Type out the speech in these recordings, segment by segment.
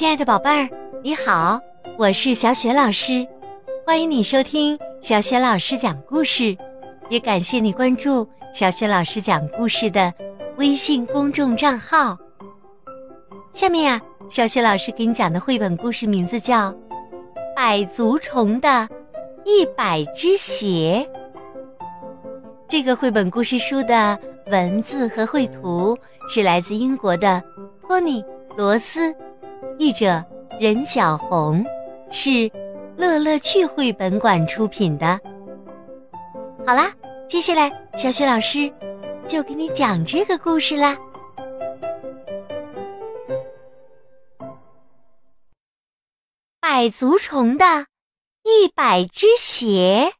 亲爱的宝贝儿，你好，我是小雪老师，欢迎你收听小雪老师讲故事，也感谢你关注小雪老师讲故事的微信公众账号。下面小雪老师给你讲的绘本故事名字叫《百足虫的100只鞋》。这个绘本故事书的文字和绘图是来自英国的托尼·罗斯，译者任小红，是乐乐趣绘本馆出品的。好啦，接下来小雪老师就给你讲这个故事啦。百足虫的100只鞋。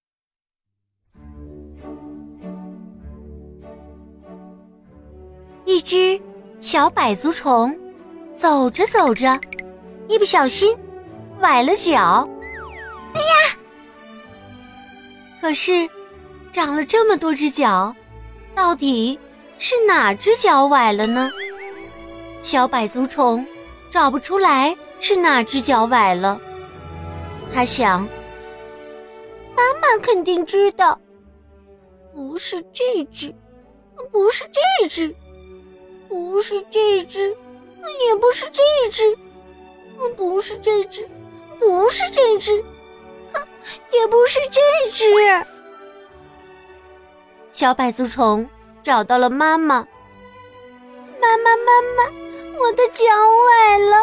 一只小百足虫走着走着，一不小心崴了脚。哎呀！可是长了这么多只脚，到底是哪只脚崴了呢？小百足虫找不出来是哪只脚崴了。他想，妈妈肯定知道，不是这只，不是这只，不是这只，也不是这只，不是这只，不是这只，也不是这只。小百足虫找到了妈妈。妈妈，我的脚崴了。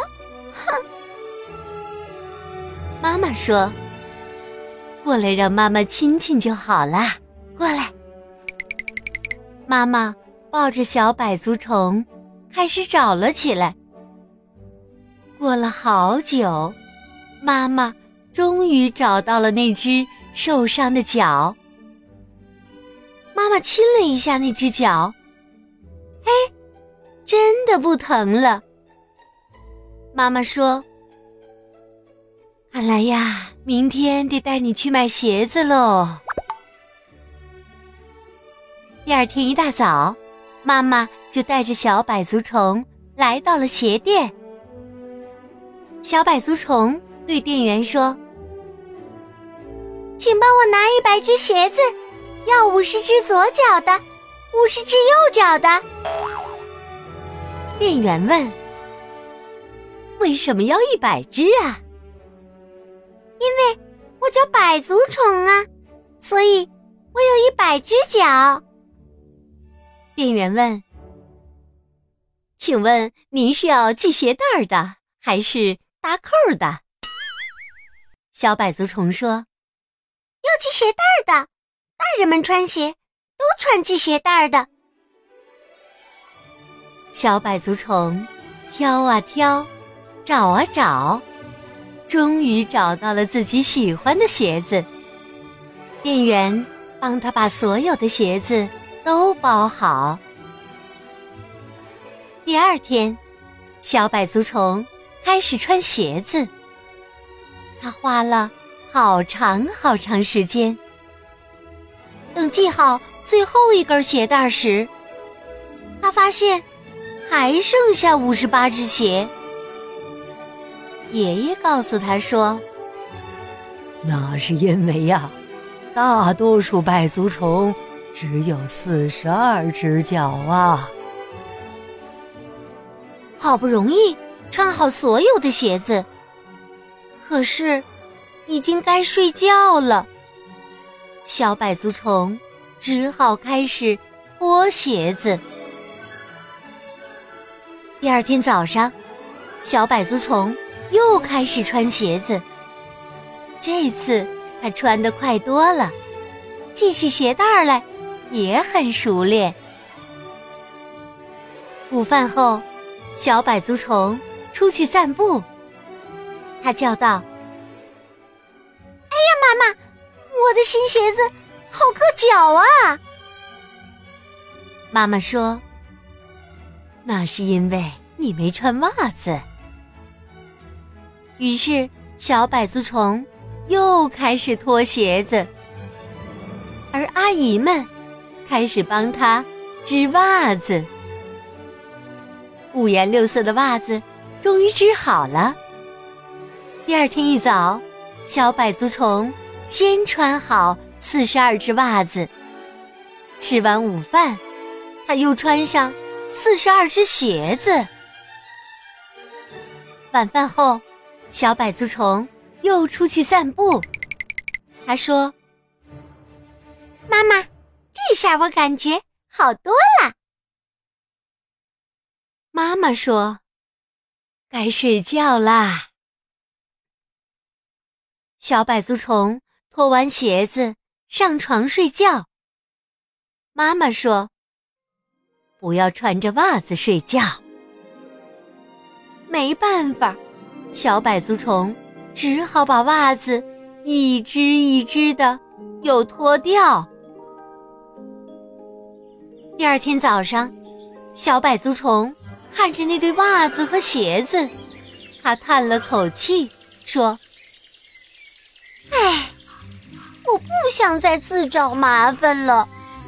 妈妈说：“过来让妈妈亲亲就好啦，过来。”妈妈抱着小百足虫开始找了起来。过了好久，妈妈终于找到了那只受伤的脚。妈妈亲了一下那只脚，真的不疼了。妈妈说：“看来呀，明天得带你去买鞋子喽。”第二天一大早，妈妈就带着小百足虫来到了鞋店。小百足虫对店员说：“请帮我拿100只鞋子，要50只左脚的，50只右脚的。”店员问：“为什么要100只啊？”“因为我叫百足虫啊，所以我有100只脚。”店员问：“请问您是要系鞋带的，还是搭扣的？”小百足虫说：“要系鞋带的，大人们穿鞋都穿系鞋带的。”小百足虫挑啊挑，找啊找，终于找到了自己喜欢的鞋子。店员帮他把所有的鞋子都包好。第二天，小百足虫开始穿鞋子。他花了好长好长时间。等系好最后一根鞋带时，他发现还剩下58只鞋。爷爷告诉他说：“ 那是因为呀，大多数百足虫只有42只脚啊。” 好不容易穿好所有的鞋子，可是已经该睡觉了。小百足虫只好开始脱鞋子。第二天早上，小百足虫又开始穿鞋子。这次他穿得快多了，系起鞋带来也很熟练。午饭后，小百足虫出去散步。他叫道：“哎呀，妈妈，我的新鞋子好硌脚啊！”妈妈说：“ 那是因为你没穿袜子。” 于是小百足虫又开始脱鞋子，而阿姨们开始帮他织袜子。五颜六色的袜子终于治好了。第二天一早，小百足虫先穿好42只袜子，吃完午饭，他又穿上42只鞋子。晚饭后，小百足虫又出去散步。他说：“妈妈，这下我感觉好多了。”妈妈说：“该睡觉啦。”小百足虫脱完鞋子上床睡觉。妈妈说：“不要穿着袜子睡觉。”没办法，小百足虫只好把袜子一只一只的又脱掉。第二天早上，小百足虫看着那对袜子和鞋子，他叹了口气说：“唉，我不想再自找麻烦了。”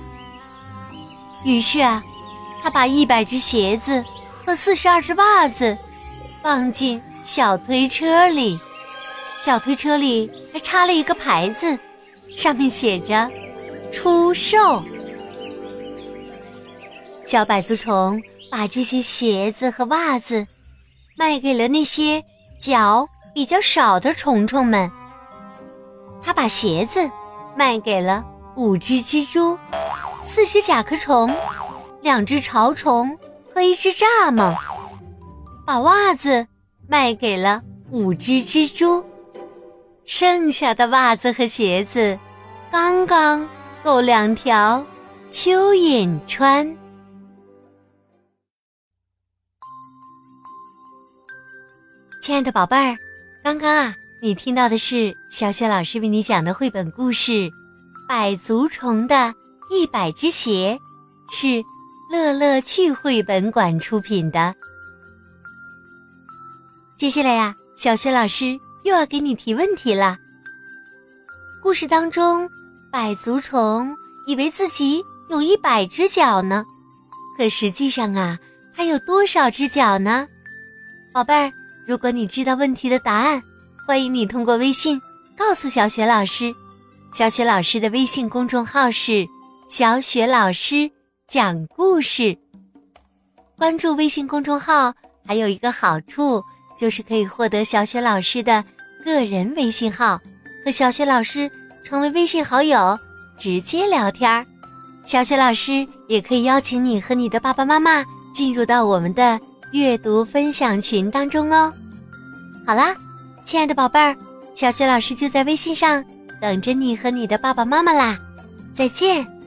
于是啊，他把100只鞋子和42只袜子放进小推车里，小推车里还插了一个牌子，上面写着“出售”。小百足虫把这些鞋子和袜子卖给了那些脚比较少的虫虫们。他把鞋子卖给了5只蜘蛛、4只甲壳虫、2只潮虫和1只蚱蜢，把袜子卖给了5只蜘蛛，剩下的袜子和鞋子刚刚够2条蚯蚓穿。亲爱的宝贝儿，刚刚啊，你听到的是小雪老师为你讲的绘本故事《百足虫的100只鞋》，是乐乐趣绘本馆出品的。接下来呀，小雪老师又要给你提问题了。故事当中，百足虫以为自己有100只脚呢，可实际上啊，它有多少只脚呢？宝贝儿，如果你知道问题的答案，欢迎你通过微信告诉小雪老师。小雪老师的微信公众号是小雪老师讲故事。关注微信公众号还有一个好处，就是可以获得小雪老师的个人微信号，和小雪老师成为微信好友，直接聊天。小雪老师也可以邀请你和你的爸爸妈妈进入到我们的阅读分享群当中哦。好啦，亲爱的宝贝儿，小雪老师就在微信上等着你和你的爸爸妈妈啦，再见。